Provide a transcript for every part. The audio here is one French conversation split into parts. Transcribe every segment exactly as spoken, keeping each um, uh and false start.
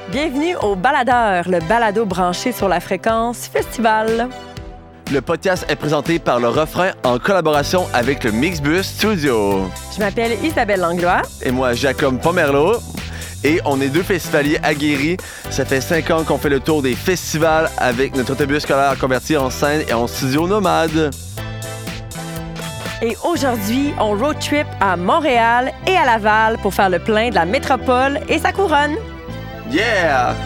Bienvenue au Baladeur, le balado branché sur la fréquence festival. Le podcast est présenté par Le Refrain en collaboration avec le Mixbus Studio. Je m'appelle Isabelle Langlois. Et moi, Jacob Pomerleau. Et on est deux festivaliers aguerris. Ça fait cinq ans qu'on fait le tour des festivals avec notre autobus scolaire converti en scène et en studio nomade. Et aujourd'hui, on road trip à Montréal et à Laval pour faire le plein de la métropole et sa couronne. Yeah!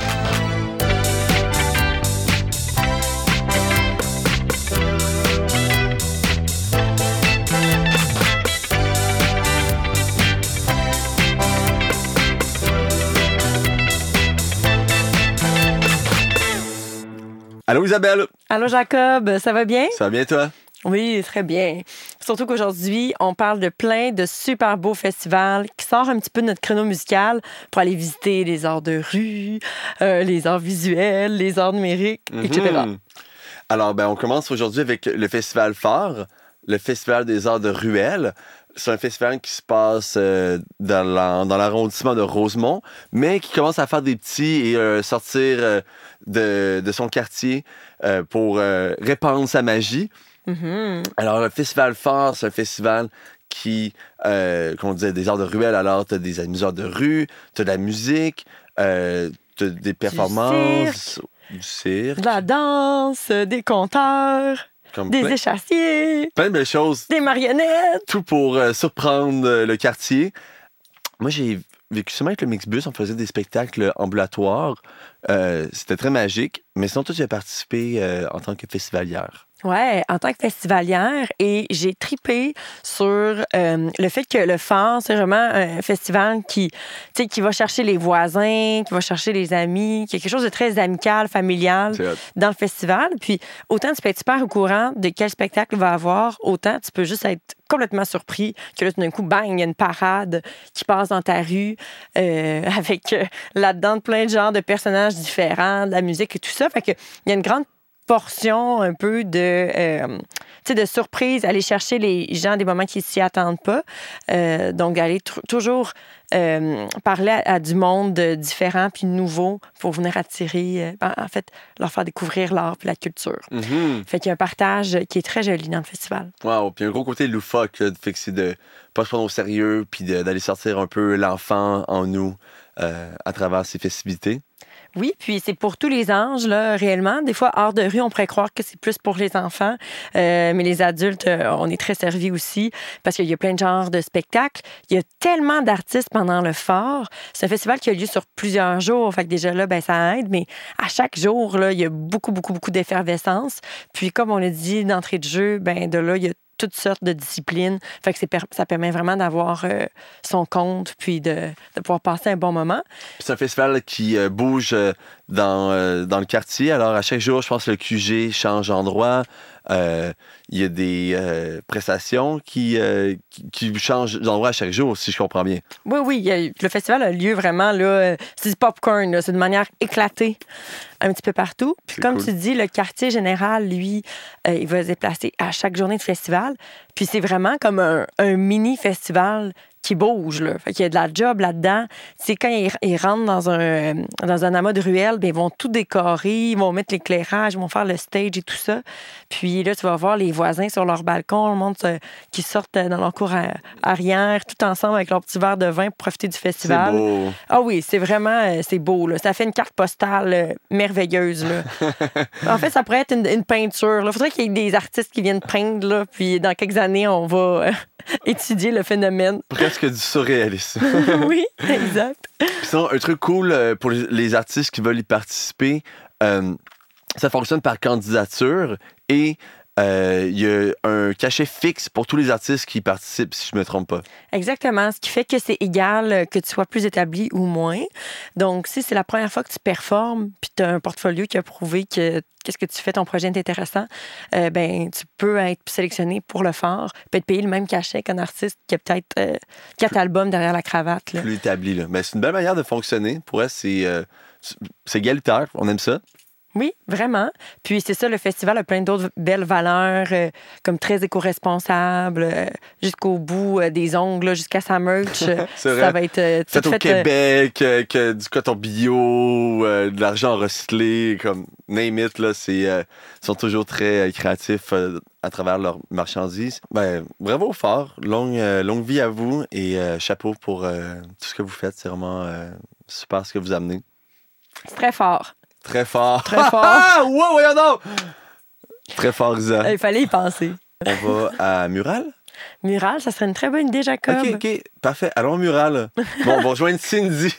Allô Isabelle! Allô Jacob, ça va bien? Ça va bien toi? Oui, très bien. Surtout qu'aujourd'hui, on parle de plein de super beaux festivals qui sortent un petit peu de notre créneau musical pour aller visiter les arts de rue, euh, les arts visuels, les arts numériques, mm-hmm. et cetera. Alors, ben, on commence aujourd'hui avec le Festival Phare, le Festival des arts de ruelle. C'est un festival qui se passe euh, dans, la, dans l'arrondissement de Rosemont, mais qui commence à faire des petits et euh, sortir euh, de, de son quartier euh, pour euh, répandre sa magie. Mm-hmm. Alors, le Festival Phare, c'est un festival qui, euh, comme on disait, des arts de ruelle. Alors, tu as des amuseurs de rue, tu as de la musique, euh, tu as des performances, du cirque, du cirque, de la danse, des conteurs, comme des plein, échassiers, plein de belles choses. Des marionnettes. Tout pour euh, surprendre euh, le quartier. Moi, j'ai vécu seulement avec le Mixbus. On faisait des spectacles ambulatoires. Euh, c'était très magique. Mais sinon, toi, tu as participé euh, en tant que festivalière. Ouais, en tant que festivalière, et j'ai tripé sur euh, le fait que le Phare, c'est vraiment un festival qui, tu sais, qui va chercher les voisins, qui va chercher les amis, qui est quelque chose de très amical, familial dans le festival. Puis autant tu peux être super au courant de quel spectacle il va avoir, autant tu peux juste être complètement surpris que là, tout d'un coup, bang, il y a une parade qui passe dans ta rue euh, avec euh, là-dedans plein de genres de personnages différents, de la musique et tout ça. Fait que il y a une grande portion un peu de, euh, tu sais, de surprise, aller chercher les gens des moments qui s'y attendent pas. Euh, donc, aller tr- toujours euh, parler à, à du monde différent puis nouveau pour venir attirer, euh, en fait, leur faire découvrir l'art puis la culture. Mm-hmm. Fait qu'il y a un partage qui est très joli dans le festival. Wow! Puis un gros côté loufoque, là, fait que c'est de pas se prendre au sérieux puis de, d'aller sortir un peu l'enfant en nous euh, à travers ces festivités. Oui, puis c'est pour tous les âges, là, réellement. Des fois, hors de rue, on pourrait croire que c'est plus pour les enfants, euh, mais les adultes, euh, on est très servis aussi parce qu'il y a plein de genres de spectacles. Il y a tellement d'artistes pendant le Phare. C'est un festival qui a lieu sur plusieurs jours, fait que déjà là, ben, ça aide, mais à chaque jour, là, il y a beaucoup, beaucoup, beaucoup d'effervescence. Puis comme on l'a dit d'entrée de jeu, ben, de là, il y a toutes sortes de disciplines. Fait que c'est per- ça permet vraiment d'avoir euh, son compte puis de, de pouvoir passer un bon moment. Puis c'est un festival qui euh, bouge euh, dans, euh, dans le quartier. Alors, à chaque jour, je pense que le Q G change d'endroit. Euh, il y a des euh, prestations qui, euh, qui, qui changent d'endroit à chaque jour, si je comprends bien. Oui, oui. Il y a, le festival a lieu vraiment, là, c'est du popcorn, là, c'est de manière éclatée un petit peu partout. Puis c'est comme cool. Tu dis, le quartier général, lui, euh, il va se déplacer à chaque journée de festival. Puis c'est vraiment comme un, un mini-festival qui bouge, là. Fait qu'il y a de la job là-dedans. C'est quand ils, ils rentrent dans un, dans un amas de ruelles, bien, ils vont tout décorer, ils vont mettre l'éclairage, ils vont faire le stage et tout ça. Puis là, tu vas voir les voisins sur leur balcon, le monde euh, qui sortent dans leur cour à, arrière, tout ensemble avec leur petit verre de vin pour profiter du festival. C'est beau. Ah oui, c'est vraiment, euh, c'est beau, là. Ça fait une carte postale euh, merveilleuse, là. En fait, ça pourrait être une, une peinture, là. Faudrait qu'il y ait des artistes qui viennent peindre, là, puis dans quelques années, on va euh, étudier le phénomène. Presque du surréalisme. Oui, exact. Puis sinon, un truc cool euh, pour les artistes qui veulent y participer, euh, ça fonctionne par candidature et il euh, y a un cachet fixe pour tous les artistes qui participent, si je ne me trompe pas. Exactement, ce qui fait que c'est égal que tu sois plus établi ou moins. Donc, si c'est la première fois que tu performes, puis tu as un portfolio qui a prouvé que qu'est-ce que tu fais, ton projet est intéressant, euh, ben tu peux être sélectionné pour le Phare, peut être payé le même cachet qu'un artiste qui a peut-être euh, quatre plus, albums derrière la cravate. Là. Plus établi, là. Mais c'est une belle manière de fonctionner. Pour elle, c'est, euh, c'est égalitaire, on aime ça. Oui, vraiment. Puis c'est ça, le festival a plein d'autres belles valeurs, euh, comme très éco-responsable, euh, jusqu'au bout euh, des ongles, là, jusqu'à sa merch. euh, C'est vrai. ça va être euh, tout Fait au fait. euh, Québec, euh, que du coton bio, euh, de l'argent recyclé, comme name it, là, c'est, euh, ils sont toujours très euh, créatifs euh, à travers leurs marchandises. Ben, bravo fort, longue, euh, longue vie à vous et euh, chapeau pour euh, tout ce que vous faites. C'est vraiment euh, super ce que vous amenez. c'est très fort. Très fort. Très fort. Ah! Wow, voyons donc! Très fort, Isa. Euh, Il fallait y penser. On va à Mural? Mural, ça serait une très bonne idée, Jacob. OK, OK, parfait. Allons à Mural. Bon, on va rejoindre Cindy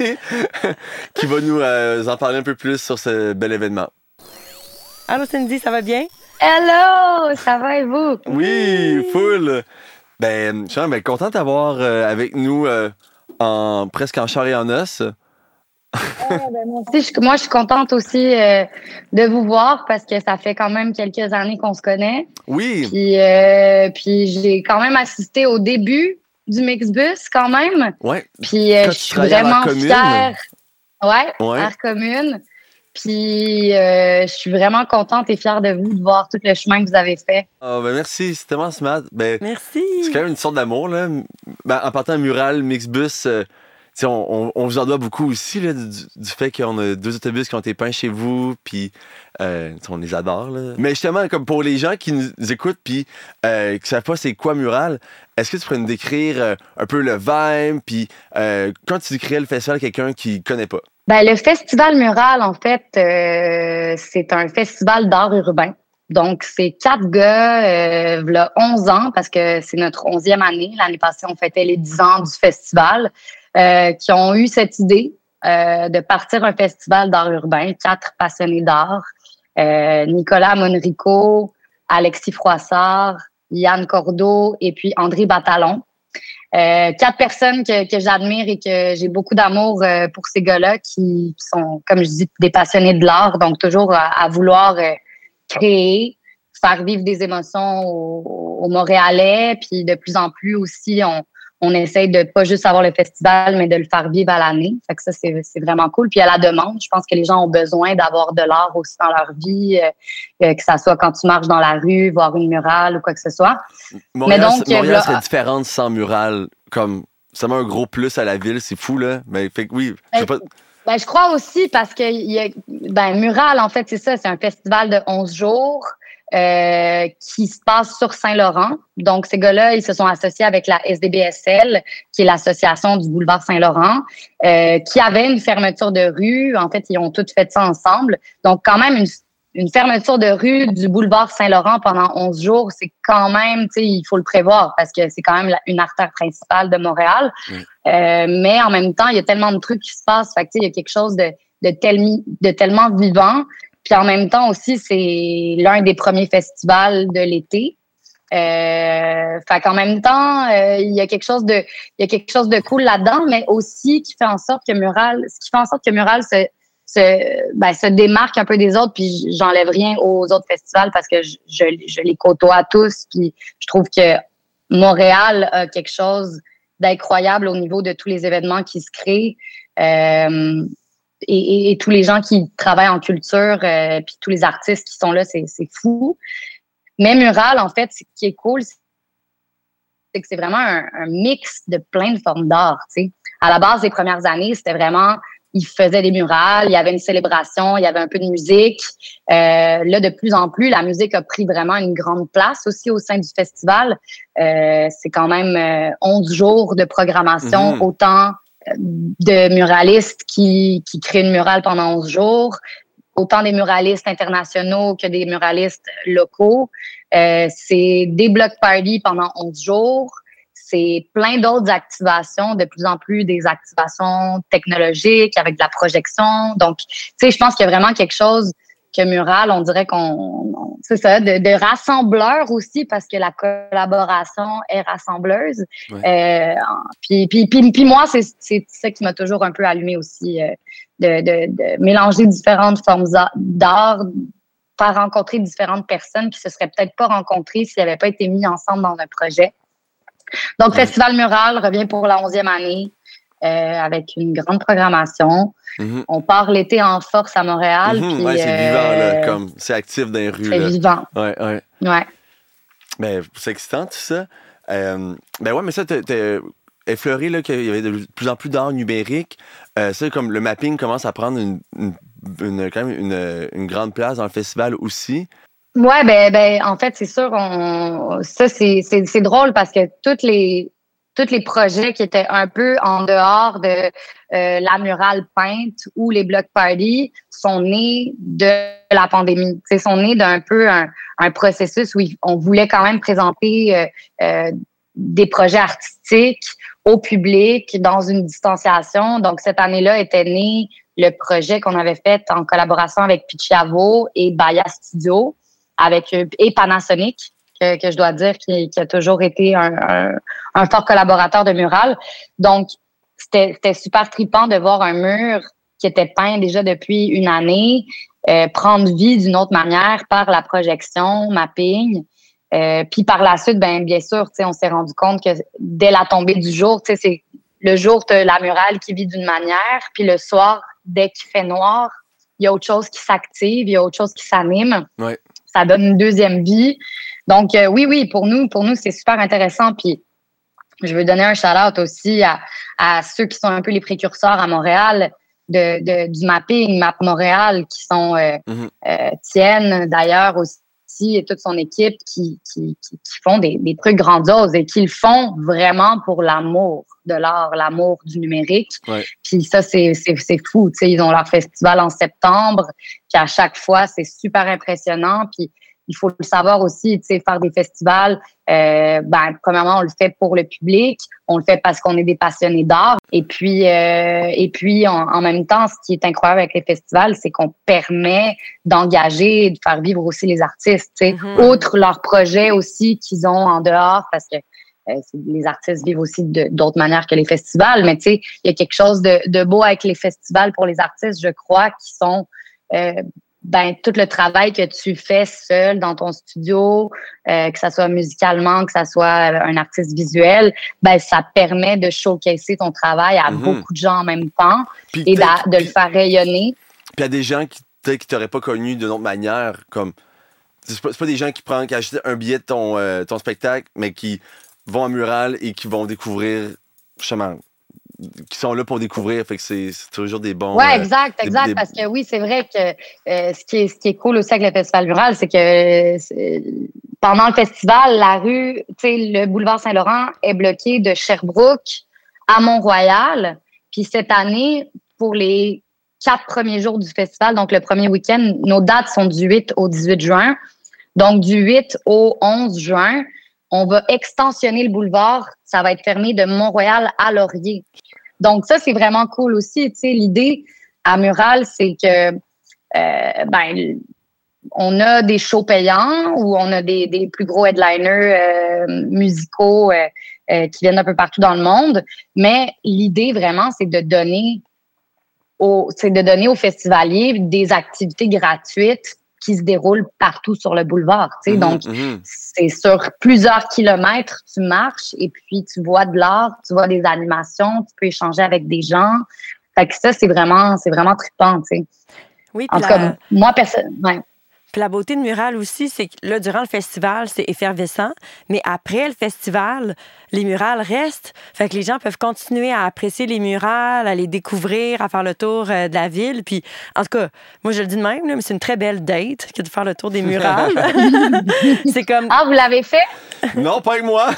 qui va nous euh, en parler un peu plus sur ce bel événement. Allô, Cindy, ça va bien? Hello, ça va et vous? Oui, full. Ben, je suis ben, content de t'avoir euh, avec nous euh, en, presque en chair et en os. Ah, ben, moi, aussi, je, moi, je suis contente aussi euh, de vous voir parce que ça fait quand même quelques années qu'on se connaît. Oui. Puis, euh, puis j'ai quand même assisté au début du Mixbus quand même. Ouais. Puis euh, Quand je tu suis travaillais à vraiment Art Commune. fière. Ouais, Ouais. Art Commune. Puis euh, je suis vraiment contente et fière de vous de voir tout le chemin que vous avez fait. Ah, ben merci, c'est tellement smart. Ben, Merci. c'est quand même une sorte d'amour, là. Ben, en partant Mural, Mixbus, euh, tu sais, on, on, on vous en doit beaucoup aussi, là, du, du fait qu'on a deux autobus qui ont été peints chez vous, puis euh, on les adore, là. Mais justement, comme pour les gens qui nous écoutent, puis euh, qui savent pas c'est quoi Mural, est-ce que tu pourrais nous décrire euh, un peu le vibe, puis euh, quand tu décrirais le festival à quelqu'un qui connaît pas? Ben, le Festival Mural, en fait, euh, c'est un festival d'art urbain. Donc, c'est quatre gars, euh, v'là onze ans, parce que c'est notre onzième année. L'année passée, on fêtait les dix ans du festival, euh, qui ont eu cette idée euh, de partir un festival d'art urbain, quatre passionnés d'art. Euh, Nicolas Monrico, Alexis Froissart, Yann Cordeau et puis André Batalon. Euh, quatre personnes que, que j'admire et que j'ai beaucoup d'amour euh, pour ces gars-là qui, qui sont, comme je dis, des passionnés de l'art, donc toujours à, à vouloir euh, créer, faire vivre des émotions aux, aux Montréalais, puis de plus en plus aussi, on, on essaye de pas juste avoir le festival, mais de le faire vivre à l'année. Fait que ça, c'est, c'est vraiment cool. Puis à la demande, je pense que les gens ont besoin d'avoir de l'art aussi dans leur vie, euh, que ça soit quand tu marches dans la rue, voir une murale ou quoi que ce soit. Montréal, Mais donc, Montréal là, serait différente sans Mural, comme ça met un gros plus à la ville, c'est fou, là. Mais fait que oui, je sais pas... Ben, je crois aussi parce que il y a, ben, Mural, en fait, c'est ça, c'est un festival de onze jours euh, qui se passe sur Saint-Laurent. Donc, ces gars-là, ils se sont associés avec la S D B S L, qui est l'association du boulevard Saint-Laurent, euh, qui avait une fermeture de rue. En fait, ils ont tous fait ça ensemble. Donc, quand même, une, une fermeture de rue du boulevard Saint-Laurent pendant onze jours, c'est quand même, tu sais, il faut le prévoir parce que c'est quand même la, une artère principale de Montréal. Oui. Euh, mais en même temps, il y a tellement de trucs qui se passent. Fait que, il y a quelque chose de, de, tel, de tellement vivant. Puis en même temps aussi, c'est l'un des premiers festivals de l'été. Euh, fait qu'en même temps, euh, il y a quelque chose de, il y a quelque chose de cool là-dedans, mais aussi qui fait en sorte que Mural, ce qui fait en sorte que Mural se, se, ben, se démarque un peu des autres. Puis j'enlève rien aux autres festivals parce que je, je, je les côtoie tous. Puis je trouve que Montréal a quelque chose d'incroyable au niveau de tous les événements qui se créent euh, et, et, et tous les gens qui travaillent en culture euh, puis tous les artistes qui sont là, c'est, c'est fou. Mais Mural, en fait, ce qui est cool, c'est que c'est vraiment un, un mix de plein de formes d'art. Tu sais. À la base, les premières années, c'était vraiment, ils faisaient des murales, il y avait une célébration, il y avait un peu de musique. Euh, là, de plus en plus, la musique a pris vraiment une grande place aussi au sein du festival. Euh, c'est quand même euh, onze jours de programmation, mm-hmm. autant de muralistes qui, qui créent une murale pendant onze jours, autant des muralistes internationaux que des muralistes locaux. Euh, c'est des block parties pendant onze jours. C'est plein d'autres activations, de plus en plus des activations technologiques avec de la projection. Donc, tu sais, je pense qu'il y a vraiment quelque chose que Mural, on dirait qu'on... On, c'est ça, de, de rassembleur aussi, parce que la collaboration est rassembleuse. Ouais. Euh, puis, puis, puis, puis moi, c'est, c'est ça qui m'a toujours un peu allumé aussi, euh, de, de, de mélanger différentes formes d'art, faire rencontrer différentes personnes qui se seraient peut-être pas rencontrées s'ils n'avaient pas été mis ensemble dans un projet. Donc, ouais. Festival Mural revient pour la onzième année. avec une grande programmation. Mm-hmm. On part l'été en force à Montréal. Mm-hmm. Puis, ouais, c'est euh, vivant, là, comme c'est actif dans les rues. C'est là. vivant. Ouais, ouais. Ouais. Ben, c'est excitant, tout ça. Euh, ben ouais, mais ça, t'as, t'as effleuré là, qu'il y avait de plus en plus d'art numérique. Euh, ça, comme le mapping commence à prendre une, une, une, quand même une, une grande place dans le festival aussi. Ouais, ben, ben en fait, c'est sûr, on, ça, c'est, c'est, c'est drôle parce que toutes les, tous les projets qui étaient un peu en dehors de euh, la murale peinte ou les block parties sont nés de la pandémie. Ils sont nés d'un peu un, un processus où on voulait quand même présenter euh, euh, des projets artistiques au public dans une distanciation. Donc, cette année-là était né le projet qu'on avait fait en collaboration avec Pichiavo et Baya Studio avec, et Panasonic. Que, que je dois dire, qui, qui a toujours été un, un, un fort collaborateur de mural. Donc, c'était, c'était super trippant de voir un mur qui était peint déjà depuis une année euh, prendre vie d'une autre manière par la projection, mapping. Euh, puis par la suite, ben bien sûr, on s'est rendu compte que dès la tombée du jour, c'est le jour, tu as la murale qui vit d'une manière, puis le soir, dès qu'il fait noir, il y a autre chose qui s'active, il y a autre chose qui s'anime. Ouais. Ça donne une deuxième vie. Donc, euh, oui, oui, pour nous, pour nous, c'est super intéressant. Puis, je veux donner un shout-out aussi à, à ceux qui sont un peu les précurseurs à Montréal de, de, du mapping, Map Montréal, qui sont euh, mm-hmm. euh, Tienne, d'ailleurs, aussi, et toute son équipe, qui, qui, qui, qui font des, des trucs grandioses et qui le font vraiment pour l'amour de l'art, l'amour du numérique. Ouais. Puis ça, c'est, c'est, c'est fou. T'sais, ils ont leur festival en septembre, puis à chaque fois, c'est super impressionnant. Puis il faut le savoir aussi, tu sais, faire des festivals, euh, ben, premièrement, on le fait pour le public, on le fait parce qu'on est des passionnés d'art. Et puis, euh, et puis en, en même temps, ce qui est incroyable avec les festivals, c'est qu'on permet d'engager et de faire vivre aussi les artistes, tu sais, mm-hmm. outre leurs projets aussi qu'ils ont en dehors, parce que euh, les artistes vivent aussi de, d'autres manières que les festivals. Mais tu sais, il y a quelque chose de, de beau avec les festivals pour les artistes, je crois, qui sont... Euh, ben tout le travail que tu fais seul dans ton studio, euh, que ça soit musicalement, que ça soit un artiste visuel, ben ça permet de showcaser ton travail à mm-hmm. beaucoup de gens en même temps puis et de le faire rayonner. Puis il y a des gens qui peut-être qui t'auraient pas connu d'une autre manière, comme c'est pas, c'est pas des gens qui prennent qui achètent un billet de ton euh, ton spectacle, mais qui vont à Mural et qui vont découvrir justement qui sont là pour découvrir, fait que c'est, c'est toujours des bons... Oui, exact, exact, des, des... parce que oui, c'est vrai que euh, ce, qui est, ce qui est cool aussi avec le Festival Mural, c'est que c'est, pendant le festival, la rue, tu sais, le boulevard Saint-Laurent est bloqué de Sherbrooke à Mont-Royal, puis cette année, pour les quatre premiers jours du festival, donc le premier week-end, nos dates sont du huit au dix-huit juin, donc du huit au onze juin, on va extensionner le boulevard, ça va être fermé de Mont-Royal à Laurier. Donc, ça, c'est vraiment cool aussi. Tu sais, l'idée à Mural, c'est que, euh, ben, on a des shows payants où on a des, des plus gros headliners euh, musicaux euh, euh, qui viennent un peu partout dans le monde. Mais l'idée, vraiment, c'est de donner aux, c'est de donner aux festivaliers des activités gratuites qui se déroulent partout sur le boulevard. Tu sais. Mmh, Donc, mmh. c'est sur plusieurs kilomètres, tu marches et puis tu vois de l'art, tu vois des animations, tu peux échanger avec des gens. Fait que ça, c'est vraiment, c'est vraiment trippant, tu sais. Oui, en tout la... cas, moi, personne... Ouais. Puis la beauté de Mural aussi, c'est que là, durant le festival, c'est effervescent, mais après le festival, les murales restent. Fait que les gens peuvent continuer à apprécier les murales, à les découvrir, à faire le tour euh, de la ville. Puis, en tout cas, moi, je le dis de même, là, mais c'est une très belle date que de faire le tour des murales. C'est comme... Ah, vous l'avez fait? Non, pas avec moi.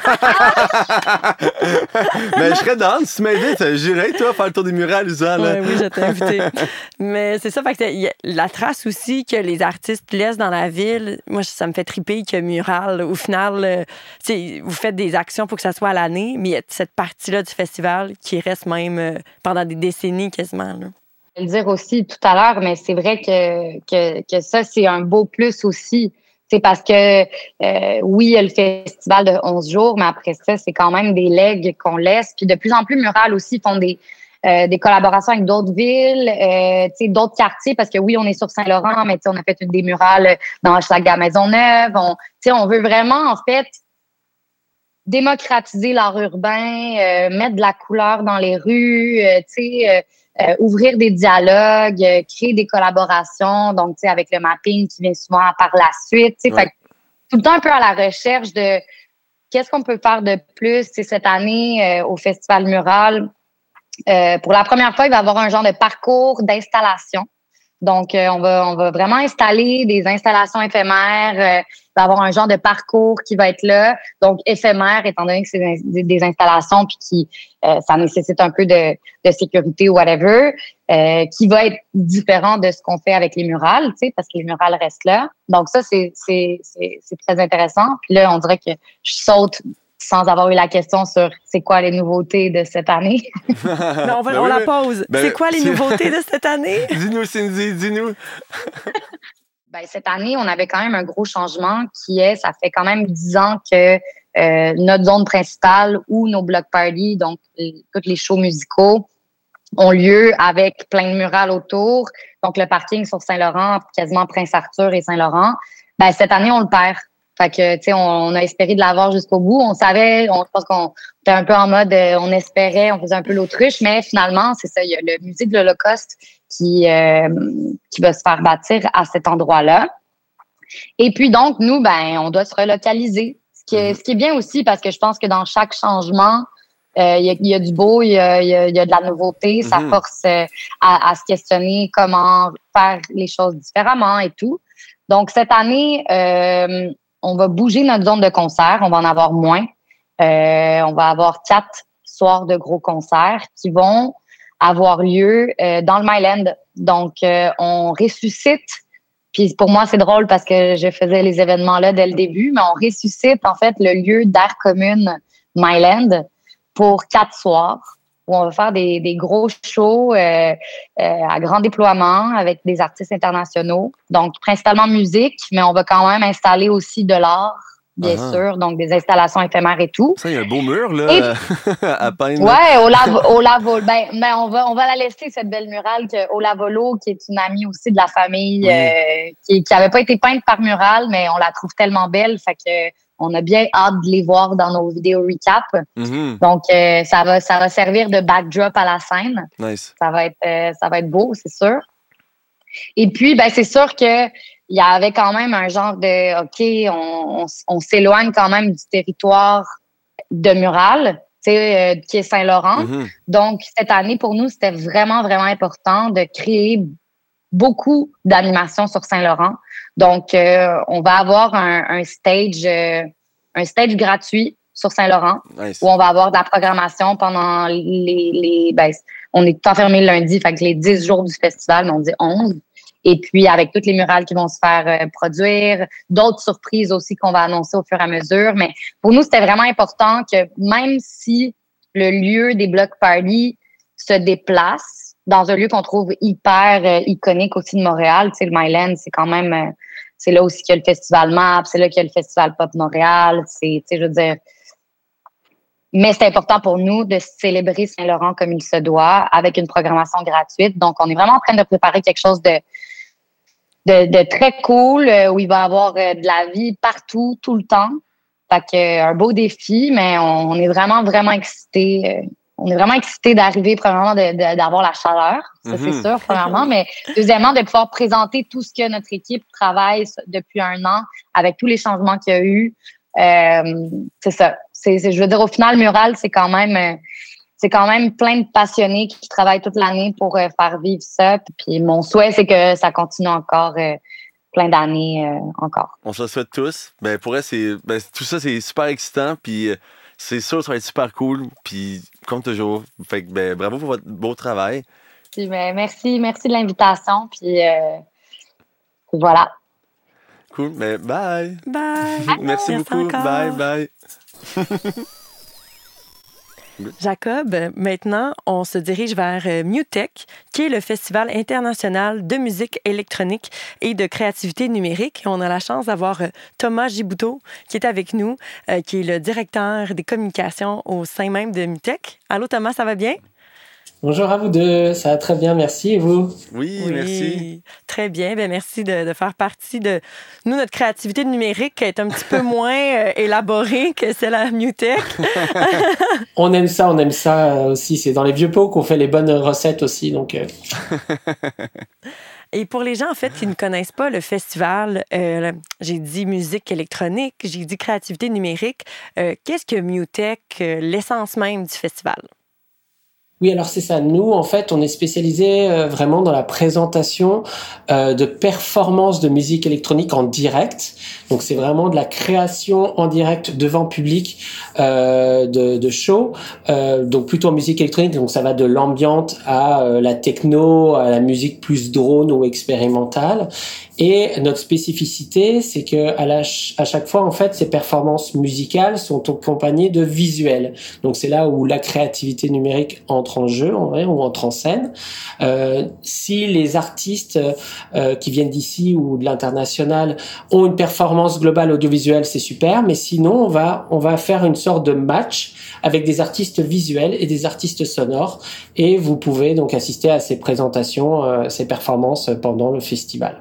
Mais je serais dans, si tu m'invites, j'irais, toi, faire le tour des murales, Usa. Ouais, oui, je t'ai invité. Mais c'est ça, fait que y a la trace aussi que les artistes laissent dans la ville. Moi, ça me fait triper que Mural, au final, euh, vous faites des actions pour que ça soit à l'année, mais il y a cette partie-là du festival qui reste même euh, pendant des décennies quasiment. Là. Je vais le dire aussi tout à l'heure, mais c'est vrai que, que, que ça, c'est un beau plus aussi. C'est parce que, euh, oui, il y a le festival de onze jours, mais après ça, c'est quand même des legs qu'on laisse. Puis de plus en plus, Mural aussi font des, euh, des collaborations avec d'autres villes, euh, d'autres quartiers, parce que oui, on est sur Saint-Laurent, mais on a fait une des murales dans Hochelaga Maisonneuve. On, on veut vraiment, en fait, démocratiser l'art urbain, euh, mettre de la couleur dans les rues, euh, tu sais, euh, euh, ouvrir des dialogues, euh, créer des collaborations, donc, tu sais, avec le mapping qui vient souvent par la suite, tu sais, Ouais. fait que tout le temps un peu à la recherche de qu'est-ce qu'on peut faire de plus, tu sais, cette année euh, au Festival Mural. Euh, pour la première fois, il va y avoir un genre de parcours d'installation. Donc, euh, on va on va vraiment installer des installations éphémères. Euh, il va y avoir un genre de parcours qui va être là. Donc, éphémère, étant donné que c'est des, des installations puis qui euh, ça nécessite un peu de, de sécurité ou whatever, euh, qui va être différent de ce qu'on fait avec les murales, tu sais, parce que les murales restent là. Donc, ça, c'est, c'est, c'est, c'est très intéressant. Puis là, on dirait que je saute sans avoir eu la question sur c'est quoi les nouveautés de cette année. Non, on va, Ben on oui, la ben- pose. ben, c'est quoi les c'est- nouveautés de cette année? Dis-nous, Cindy, dis-nous. Ben, cette année, on avait quand même un gros changement qui est, ça fait quand même dix ans que euh, notre zone principale ou nos block parties, donc les- tous les shows musicaux, ont lieu avec plein de murales autour. Donc, le parking sur Saint-Laurent, quasiment Prince-Arthur et Saint-Laurent, ben, cette année, on le perd. Fait que, tu sais, on, on a espéré de l'avoir jusqu'au bout. On savait, on, je pense qu'on était un peu en mode, euh, on espérait, on faisait un peu l'autruche, mais finalement, c'est ça, il y a le musée de l'Holocauste qui, euh, qui va se faire bâtir à cet endroit-là. Et puis, donc, nous, ben, on doit se relocaliser. Ce qui est, ce qui est bien aussi, parce que je pense que dans chaque changement, euh, il y, a, il y a du beau, il y a, il y a, il y a de la nouveauté. Ça Mhm. force euh, à, à se questionner comment faire les choses différemment et tout. Donc, cette année, euh, on va bouger notre zone de concert. On va en avoir moins. Euh, on va avoir quatre soirs de gros concerts qui vont avoir lieu euh, dans le Myland. Donc, euh, on ressuscite. Puis pour moi, c'est drôle parce que je faisais les événements là dès le début, mais on ressuscite en fait le lieu d'air commune Myland pour quatre soirs où on va faire des, des gros shows euh, euh, à grand déploiement avec des artistes internationaux. Donc, principalement musique, mais on va quand même installer aussi de l'art, bien Ah. sûr, donc des installations éphémères et tout. Ça, il y a un beau mur, là, Et- à peindre. Ouais, au Lav- au Lavolo. Ben, ben, on va, on va la laisser, cette belle murale, que, au Lavolo, qui est une amie aussi de la famille, Oui. euh, qui, qui avait pas été peinte par mural, mais on la trouve tellement belle. Fait que, on a bien hâte de les voir dans nos vidéos recap. Mhm. Donc, euh, ça va, ça va servir de backdrop à la scène. Nice. Ça va être, euh, ça va être beau, c'est sûr. Et puis, ben, c'est sûr que il y avait quand même un genre de, OK, on, on, on s'éloigne quand même du territoire de mural, tu sais, euh, qui est Saint-Laurent. Mhm. Donc, cette année, pour nous, c'était vraiment, vraiment important de créer beaucoup d'animations sur Saint-Laurent. Donc, euh, on va avoir un, un stage, euh, un stage gratuit sur Saint-Laurent Nice. où on va avoir de la programmation pendant les, les ben, on est enfermé le lundi, fait que les dix jours du festival, mais on dit onze. Et puis, avec toutes les murales qui vont se faire euh, produire, d'autres surprises aussi qu'on va annoncer au fur et à mesure. Mais pour nous, c'était vraiment important que même si le lieu des block parties se déplace dans un lieu qu'on trouve hyper euh, iconique aussi de Montréal, tu sais, le Myland, c'est quand même, euh, c'est là aussi qu'il y a le Festival M A P, c'est là qu'il y a le Festival Pop Montréal, c'est, tu sais, je veux dire, mais c'est important pour nous de célébrer Saint-Laurent comme il se doit, avec une programmation gratuite. Donc, on est vraiment en train de préparer quelque chose de, de, de très cool, euh, où il va y avoir euh, de la vie partout, tout le temps. Fait que, euh, un beau défi, mais on, on est vraiment, vraiment excités. Euh, on est vraiment excités d'arriver, premièrement, de, de, d'avoir la chaleur. Ça, Mhm. c'est sûr, premièrement. Mais deuxièmement, de pouvoir présenter tout ce que notre équipe travaille depuis un an, avec tous les changements qu'il y a eu. Euh, c'est ça. C'est, c'est, je veux dire, au final, Mural, c'est quand même, euh, c'est quand même plein de passionnés qui travaillent toute l'année pour euh, faire vivre ça. Puis mon souhait, c'est que ça continue encore euh, plein d'années euh, encore. On se le souhaite tous. Ben, pour elle, c'est, ben, tout ça, c'est super excitant. Puis euh, c'est sûr, ça va être super cool. Puis comme toujours, fait que, ben, bravo pour votre beau travail. Puis, ben, merci, merci de l'invitation. Puis, euh, puis voilà. Cool. Mais bye. Bye. Merci Merci beaucoup. encore. Bye, bye. Jacob, maintenant, on se dirige vers euh, MUTEC, qui est le Festival international de musique électronique et de créativité numérique. On a la chance d'avoir euh, Thomas Gibouteau qui est avec nous, euh, qui est le directeur des communications au sein même de MUTEC. Allô, Thomas, ça va bien? Bonjour à vous deux, ça va très bien, merci. Et vous? Oui, Oui, merci. très bien. Ben, merci de, de faire partie de... Nous, notre créativité numérique est un petit peu moins euh, élaborée que celle à MUTEK. On aime ça, on aime ça aussi. C'est dans les vieux pots qu'on fait les bonnes recettes aussi. Donc, euh... Et pour les gens, en fait, qui ne connaissent pas le festival, euh, j'ai dit musique électronique, j'ai dit créativité numérique. Euh, qu'est-ce que MUTEK, euh, l'essence même du festival? Oui, alors c'est ça. Nous, en fait, on est spécialisé euh, vraiment dans la présentation euh, de performances de musique électronique en direct. Donc, c'est vraiment de la création en direct devant public euh, de, de shows. Euh, donc, plutôt en musique électronique. Donc, ça va de l'ambiante à euh, la techno, à la musique plus drone ou expérimentale. Et notre spécificité, c'est que à, la, à chaque fois, en fait, ces performances musicales sont accompagnées de visuels. Donc, c'est là où la créativité numérique entre en jeu, en vrai, ou entre en scène. Euh, si les artistes euh, qui viennent d'ici ou de l'international ont une performance globale audiovisuelle, c'est super. Mais sinon, on va on va faire une sorte de match avec des artistes visuels et des artistes sonores. Et vous pouvez donc assister à ces présentations, euh, ces performances pendant le festival.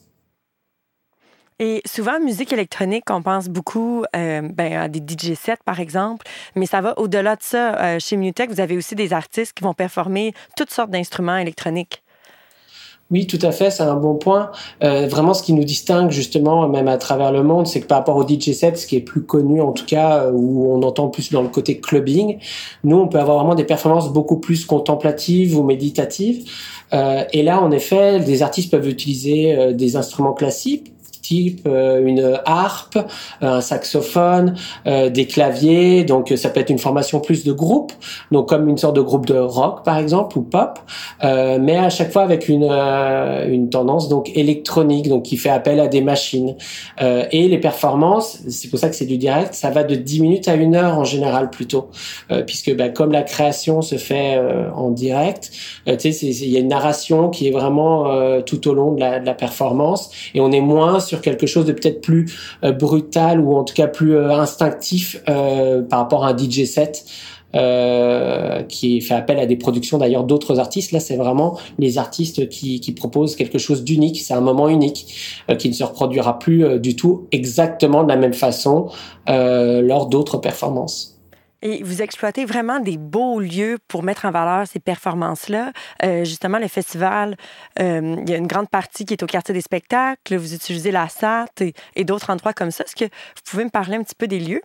Et souvent, musique électronique, on pense beaucoup euh, ben, à des D J sets, par exemple, mais ça va au-delà de ça. Euh, chez MUTEK, vous avez aussi des artistes qui vont performer toutes sortes d'instruments électroniques. Oui, tout à fait, c'est un bon point. Euh, vraiment, ce qui nous distingue justement, même à travers le monde, c'est que par rapport au D J set, ce qui est plus connu en tout cas, où on entend plus dans le côté clubbing, nous, on peut avoir vraiment des performances beaucoup plus contemplatives ou méditatives. Euh, et là, en effet, des artistes peuvent utiliser euh, des instruments classiques, type euh, une harpe, un saxophone, euh, des claviers. Donc ça peut être une formation plus de groupe, donc comme une sorte de groupe de rock par exemple ou pop, euh, mais à chaque fois avec une euh, une tendance donc électronique, donc qui fait appel à des machines. Euh, et les performances, c'est pour ça que c'est du direct, ça va de dix minutes à une heure en général plutôt, euh, puisque bah, comme la création se fait euh, en direct, euh, tu sais, il y a une narration qui est vraiment euh, tout au long de la, de la performance, et on est moins sur quelque chose de peut-être plus euh, brutal ou en tout cas plus euh, instinctif euh, par rapport à un D J set euh, qui fait appel à des productions d'ailleurs d'autres artistes. Là, c'est vraiment les artistes qui, qui proposent quelque chose d'unique. C'est un moment unique euh, qui ne se reproduira plus euh, du tout exactement de la même façon euh, lors d'autres performances. Et vous exploitez vraiment des beaux lieux pour mettre en valeur ces performances-là. Euh, justement, le festival, euh, il y a une grande partie qui est au quartier des spectacles. Vous utilisez la S A T et, et d'autres endroits comme ça. Est-ce que vous pouvez me parler un petit peu des lieux?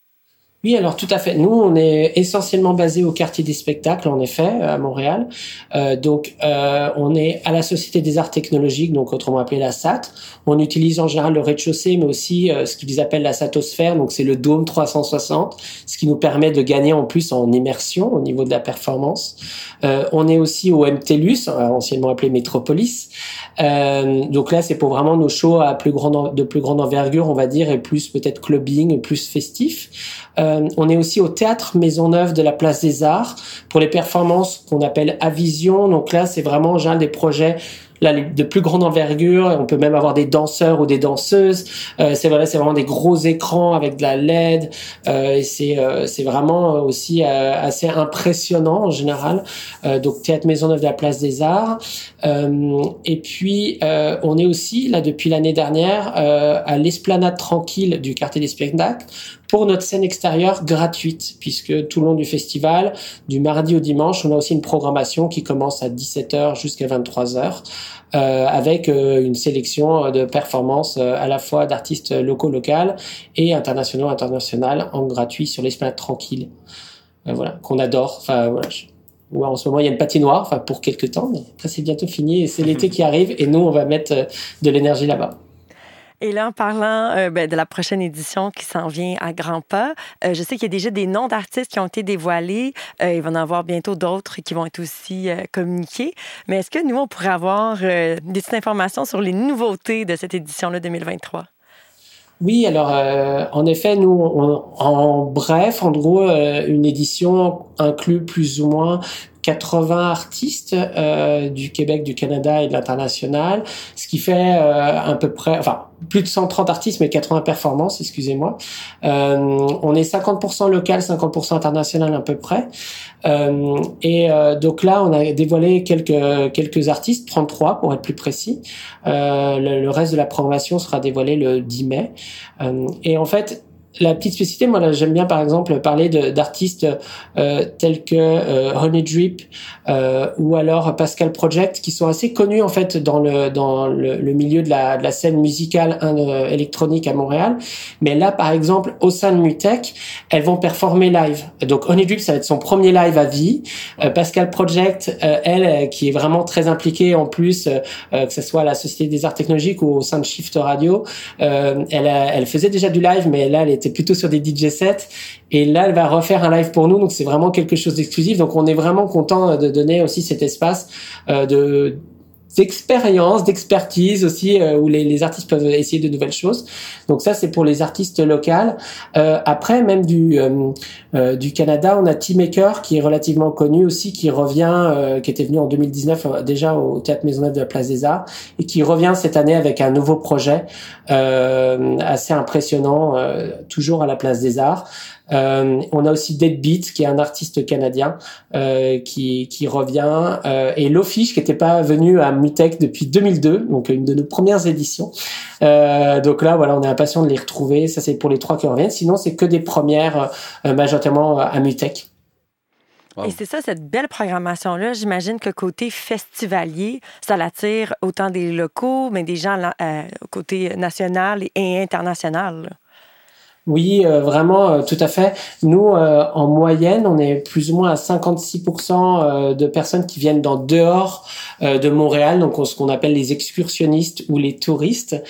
Oui, alors tout à fait. Nous, on est essentiellement basé au quartier des spectacles, en effet, à Montréal. Euh, donc, euh, on est à la Société des Arts Technologiques, donc autrement appelé la S A T. On utilise en général le rez-de-chaussée, mais aussi euh, ce qu'ils appellent la satosphère, donc c'est le dôme trois cent soixante, ce qui nous permet de gagner en plus en immersion au niveau de la performance. Euh, on est aussi au M T L U S, anciennement appelé Métropolis. Euh, donc là, c'est pour vraiment nos shows à plus grande, de plus grande envergure, on va dire, et plus peut-être clubbing, plus festif. Euh, on est aussi au Théâtre Maisonneuve de la Place des Arts pour les performances qu'on appelle Avision. Donc là, c'est vraiment genre des projets là de plus grande envergure. On peut même avoir des danseurs ou des danseuses. Euh, c'est voilà, c'est vraiment des gros écrans avec de la L E D. Euh, et c'est euh, c'est vraiment aussi euh, assez impressionnant en général. Euh, donc Théâtre Maisonneuve de la Place des Arts. Euh, et puis euh, on est aussi là depuis l'année dernière euh, à l'Esplanade Tranquille du quartier des spectacles pour notre scène extérieure gratuite, puisque tout le long du festival, du mardi au dimanche, on a aussi une programmation qui commence à dix-sept heures jusqu'à vingt-trois heures, euh, avec euh, une sélection de performances euh, à la fois d'artistes locaux, locales et internationaux, internationales, en gratuit sur l'Esplanade Tranquille. Euh, voilà, qu'on adore. Enfin, voilà. Je... Ouais, en ce moment, il y a une patinoire, enfin, pour quelques temps, mais après, c'est bientôt fini et c'est l'été qui arrive et nous, on va mettre euh, de l'énergie là-bas. Et là, en parlant euh, ben, de la prochaine édition qui s'en vient à grands pas, euh, je sais qu'il y a déjà des noms d'artistes qui ont été dévoilés. Euh, il va y en avoir bientôt d'autres qui vont être aussi euh, communiqués. Mais est-ce que nous, on pourrait avoir euh, des petites informations sur les nouveautés de cette édition-là deux mille vingt-trois? Oui, alors euh, en effet, nous, on, en bref, en gros, euh, une édition inclut plus ou moins quatre-vingts artistes euh, du Québec, du Canada et de l'international, ce qui fait euh, à peu près, enfin plus de cent trente artistes, mais quatre-vingts performances, excusez-moi. Euh, on est cinquante pour cent local, cinquante pour cent international à peu près. Euh, et euh, donc là, on a dévoilé quelques quelques artistes, trente-trois pour être plus précis. Euh, le, le reste de la programmation sera dévoilé le dix mai. Euh, et en fait, la petite spécificité, moi là, j'aime bien par exemple parler de, d'artistes euh, tels que euh, Honey Drip euh, ou alors Pascal Project, qui sont assez connus en fait dans le dans le, le milieu de la de la scène musicale euh, électronique à Montréal. Mais là, par exemple, au sein de Mutech, elles vont performer live. Donc Honey Drip, ça va être son premier live à vie. Euh, Pascal Project, euh, elle, euh, qui est vraiment très impliquée en plus, euh, que ce soit à la Société des Arts Technologiques ou au sein de Shift Radio, euh, elle a, elle faisait déjà du live, mais là, elle était plutôt sur des D J sets, et là elle va refaire un live pour nous, donc c'est vraiment quelque chose d'exclusif. Donc on est vraiment content de donner aussi cet espace euh, de d'expérience, d'expertise aussi, euh, où les, les artistes peuvent essayer de nouvelles choses. Donc ça, c'est pour les artistes locaux. Euh, après, même du euh, euh, du Canada, on a Teamaker, qui est relativement connu aussi, qui revient, euh, qui était venu en deux mille dix-neuf euh, déjà au Théâtre Maisonneuve de la Place des Arts, et qui revient cette année avec un nouveau projet euh, assez impressionnant, euh, toujours à la Place des Arts. Euh, on a aussi Deadbeat, qui est un artiste canadien euh, qui qui revient, euh, et Lofish, qui n'était pas venu à Mutech depuis deux mille deux, donc une de nos premières éditions. Euh, donc là, voilà, on est impatient de les retrouver. Ça, c'est pour les trois qui reviennent. Sinon, c'est que des premières, euh, majoritairement à Mutech. Wow. Et c'est ça, cette belle programmation-là, j'imagine que côté festivalier, ça l'attire autant des locaux, mais des gens euh, côté national et international. Là. Oui, euh, vraiment, euh, tout à fait. Nous, euh, en moyenne, on est plus ou moins à cinquante-six pour cent euh, de personnes qui viennent d'en dehors euh, de Montréal, donc ce qu'on appelle les excursionnistes ou les touristes.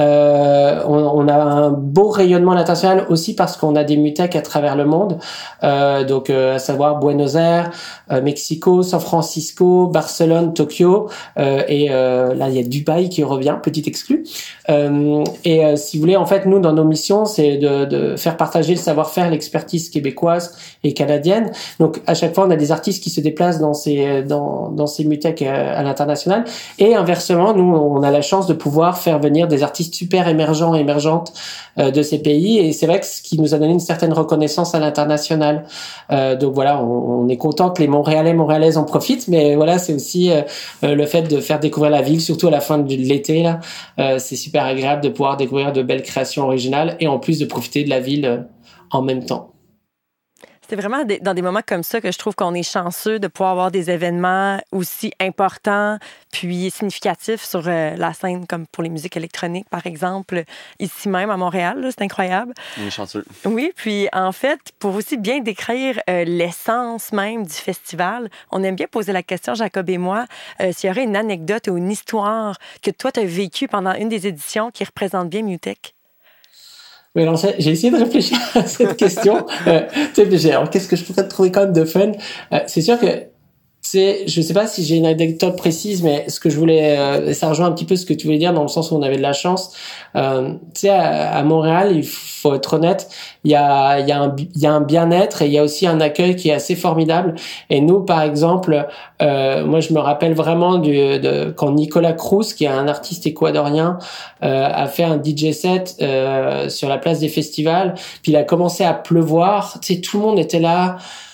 Euh, on, on a un beau rayonnement international aussi parce qu'on a des Mutech à travers le monde, euh, donc euh, à savoir Buenos Aires, euh, Mexico, San Francisco, Barcelone, Tokyo, euh, et euh, là, il y a Dubaï qui revient, petit exclu. Euh, et euh, si vous voulez, en fait, nous, dans nos missions, c'est de de faire partager le savoir-faire, l'expertise québécoise et canadienne. Donc, à chaque fois, on a des artistes qui se déplacent dans ces, dans, dans ces Mutech à, à l'international. Et inversement, nous, on a la chance de pouvoir faire venir des artistes super émergents et émergentes euh, de ces pays. Et c'est vrai que ce qui nous a donné une certaine reconnaissance à l'international. Euh, donc voilà, on, on est content que les Montréalais, Montréalaises en profitent. Mais voilà, c'est aussi euh, le fait de faire découvrir la ville, surtout à la fin de l'été, là. Euh, c'est super agréable de pouvoir découvrir de belles créations originales et en plus de profiter de la ville en même temps. C'est vraiment dans des moments comme ça que je trouve qu'on est chanceux de pouvoir avoir des événements aussi importants puis significatifs sur la scène, comme pour les musiques électroniques, par exemple, ici même à Montréal. Là, c'est incroyable. On est chanceux. Oui, puis en fait, pour aussi bien décrire euh, l'essence même du festival, on aime bien poser la question, Jacob et moi, euh, s'il y aurait une anecdote ou une histoire que toi, tu as vécue pendant une des éditions qui représente bien Mutech. Oui, alors j'ai essayé de réfléchir à cette question. euh, alors, qu'est-ce que je pourrais trouver quand même de fun? euh, C'est sûr que c'est, je sais pas si j'ai une anecdote précise, mais ce que je voulais, euh, ça rejoint un petit peu ce que tu voulais dire dans le sens où on avait de la chance. Euh, tu sais, à, à Montréal, il faut être honnête, il y a, il y a un, il y a un bien-être et il y a aussi un accueil qui est assez formidable. Et nous, par exemple, euh, moi, je me rappelle vraiment du, de quand Nicolas Cruz, qui est un artiste équadorien, euh, a fait un D J set euh, sur la place des festivals. Puis il a commencé à pleuvoir. Tu sais, tout le monde était là,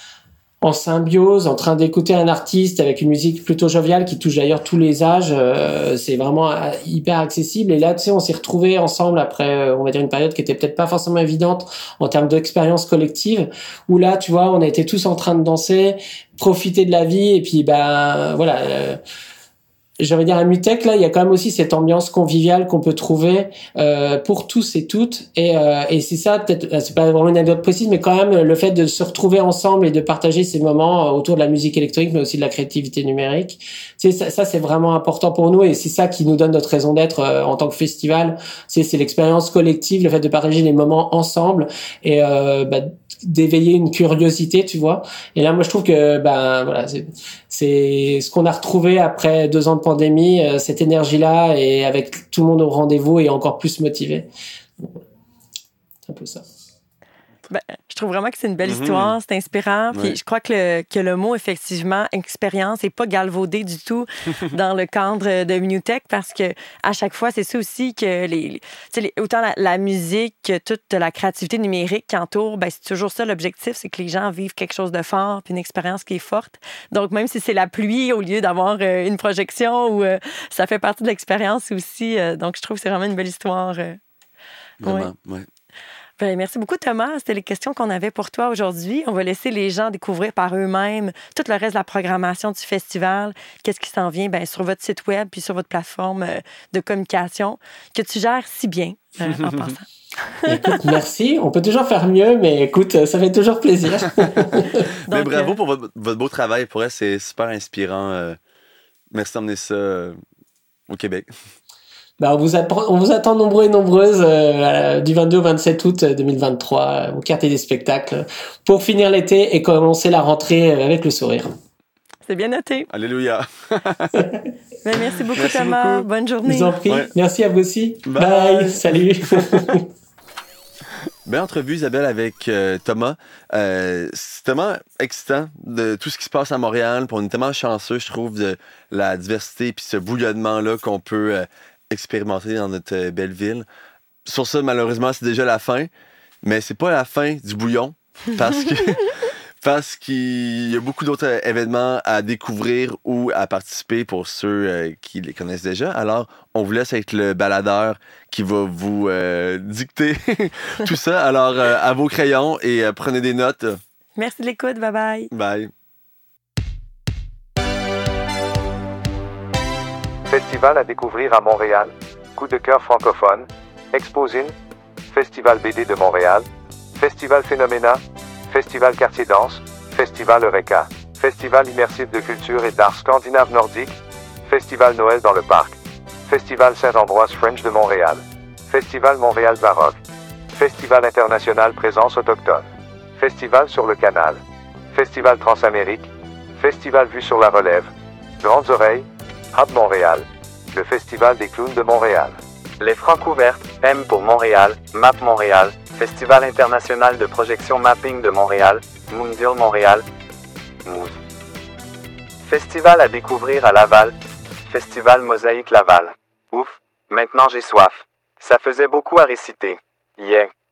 en symbiose, en train d'écouter un artiste avec une musique plutôt joviale qui touche d'ailleurs tous les âges. Euh, c'est vraiment hyper accessible. Et là, tu sais, on s'est retrouvés ensemble après, on va dire, une période qui était peut-être pas forcément évidente en termes d'expérience collective, où là, tu vois, on était tous en train de danser, profiter de la vie, et puis, ben, voilà... Euh, j'ai envie de dire, à Mutech, là, il y a quand même aussi cette ambiance conviviale qu'on peut trouver euh, pour tous et toutes. Et, euh, et c'est ça, peut-être, c'est pas vraiment une anecdote précise, mais quand même le fait de se retrouver ensemble et de partager ces moments autour de la musique électronique, mais aussi de la créativité numérique. Tu sais, ça, ça c'est vraiment important pour nous et c'est ça qui nous donne notre raison d'être euh, en tant que festival. C'est, c'est l'expérience collective, le fait de partager les moments ensemble et euh, bah, d'éveiller une curiosité, tu vois. Et là, moi, je trouve que ben voilà, c'est, c'est ce qu'on a retrouvé après deux ans de pandémie, euh, cette énergie-là, et avec tout le monde au rendez-vous et encore plus motivé. C'est un peu ça. Ben, je trouve vraiment que c'est une belle Mhm. histoire, c'est inspirant. Puis Ouais. je crois que le, que le mot, effectivement, expérience, n'est pas galvaudé du tout dans le cadre de Minutech parce que à chaque fois, c'est ça aussi que les, les- tu sais, les- autant la, la musique que toute la créativité numérique qui entoure, ben, c'est toujours ça l'objectif, c'est que les gens vivent quelque chose de fort puis une expérience qui est forte. Donc, même si c'est la pluie au lieu d'avoir euh, une projection ou euh, ça fait partie de l'expérience aussi. euh, donc, je trouve que c'est vraiment une belle histoire. euh. Vraiment, ouais. Ben, merci beaucoup, Thomas. C'était les questions qu'on avait pour toi aujourd'hui. On va laisser les gens découvrir par eux-mêmes tout le reste de la programmation du festival. Qu'est-ce qui s'en vient ben, sur votre site web puis sur votre plateforme euh, de communication que tu gères si bien euh, en passant. Écoute, merci. On peut toujours faire mieux, mais écoute, ça fait toujours plaisir. Mais Donc, bravo euh, pour votre, votre beau travail. Pour elle, c'est super inspirant. euh, merci d'emmener ça euh, au Québec. Ben, on, vous attend, on vous attend nombreux et nombreuses euh, du vingt-deux au vingt-sept août deux mille vingt-trois euh, au Quartier des Spectacles pour finir l'été et commencer la rentrée avec le sourire. C'est bien noté. Alléluia. Ben, merci beaucoup, Merci Thomas. beaucoup. Bonne Je journée. vous en prie. Ouais. Merci à vous aussi. Bye. Bye. Salut. Belle entrevue, Isabelle, avec euh, Thomas. Euh, c'est tellement excitant de tout ce qui se passe à Montréal. Puis on est tellement chanceux, je trouve, de la diversité puis ce bouillonnement-là qu'on peut euh, expérimenter dans notre euh, belle ville. Sur ça, malheureusement, c'est déjà la fin. Mais c'est pas la fin du bouillon parce que parce qu'il y a beaucoup d'autres euh, événements à découvrir ou à participer pour ceux euh, qui les connaissent déjà. Alors, on vous laisse avec le baladeur qui va vous euh, dicter tout ça. Alors, euh, à vos crayons et euh, prenez des notes. Merci de l'écoute. Bye-bye. Bye. Festival à découvrir à Montréal. Coup de cœur francophone. Exposine. Festival B D de Montréal. Festival Phénoména. Festival Quartier Danse. Festival Eureka. Festival immersif de culture et d'art scandinave nordique. Festival Noël dans le parc. Festival Saint-Ambroise French de Montréal. Festival Montréal Baroque. Festival international Présence autochtone. Festival sur le canal. Festival Transamérique. Festival Vue sur la Relève. Grandes Oreilles. Hub Montréal. Le Festival des clowns de Montréal. Les Francouvertes, M pour Montréal, Map Montréal, Festival international de projection mapping de Montréal, Moonville Montréal, Moose. Festival à découvrir à Laval, Festival Mosaïque Laval. Ouf, maintenant j'ai soif. Ça faisait beaucoup à réciter. Yeah.